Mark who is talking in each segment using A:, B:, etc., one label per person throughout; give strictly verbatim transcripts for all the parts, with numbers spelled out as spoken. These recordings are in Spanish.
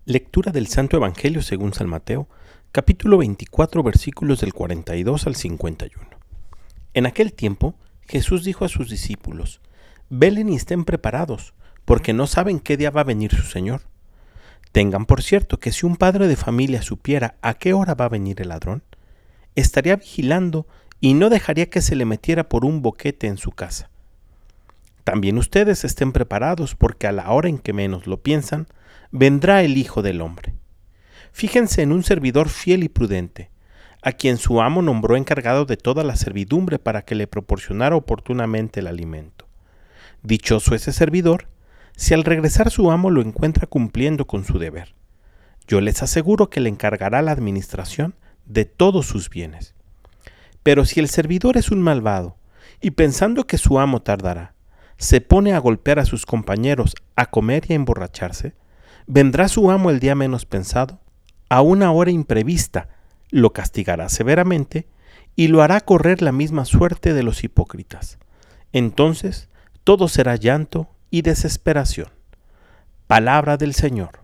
A: Lectura del Santo Evangelio según San Mateo, capítulo veinticuatro, versículos del cuarenta y dos al cincuenta y uno. En aquel tiempo, Jesús dijo a sus discípulos: «Velen y estén preparados, porque no saben qué día va a venir su Señor. Tengan por cierto que si un padre de familia supiera a qué hora va a venir el ladrón, estaría vigilando y no dejaría que se le metiera por un boquete en su casa. También ustedes estén preparados, porque a la hora en que menos lo piensan, vendrá el Hijo del Hombre. Fíjense en un servidor fiel y prudente, a quien su amo nombró encargado de toda la servidumbre para que le proporcionara oportunamente el alimento. Dichoso ese servidor, si al regresar su amo lo encuentra cumpliendo con su deber. Yo les aseguro que le encargará la administración de todos sus bienes. Pero si el servidor es un malvado, y pensando que su amo tardará, se pone a golpear a sus compañeros, a comer y a emborracharse, vendrá su amo el día menos pensado, a una hora imprevista, lo castigará severamente y lo hará correr la misma suerte de los hipócritas. Entonces todo será llanto y desesperación». Palabra del Señor.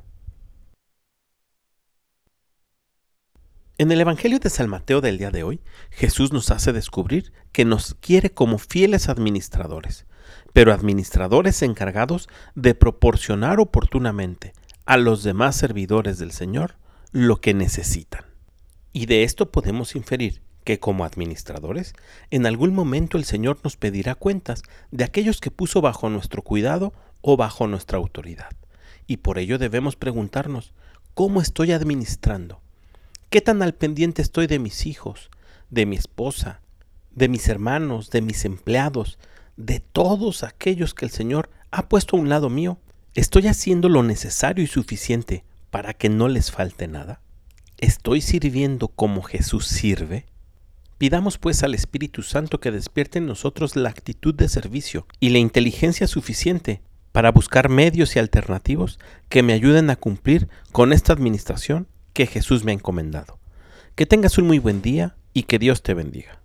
A: En el Evangelio de San Mateo del día de hoy, Jesús nos hace descubrir que nos quiere como fieles administradores, pero administradores encargados de proporcionar oportunamente a los demás servidores del Señor lo que necesitan. Y de esto podemos inferir que como administradores, en algún momento el Señor nos pedirá cuentas de aquellos que puso bajo nuestro cuidado o bajo nuestra autoridad. Y por ello debemos preguntarnos: ¿cómo estoy administrando? ¿Qué tan al pendiente estoy de mis hijos, de mi esposa, de mis hermanos, de mis empleados, de todos aquellos que el Señor ha puesto a un lado mío? ¿Estoy haciendo lo necesario y suficiente para que no les falte nada? ¿Estoy sirviendo como Jesús sirve? Pidamos pues al Espíritu Santo que despierte en nosotros la actitud de servicio y la inteligencia suficiente para buscar medios y alternativos que me ayuden a cumplir con esta administración que Jesús me ha encomendado. Que tengas un muy buen día y que Dios te bendiga.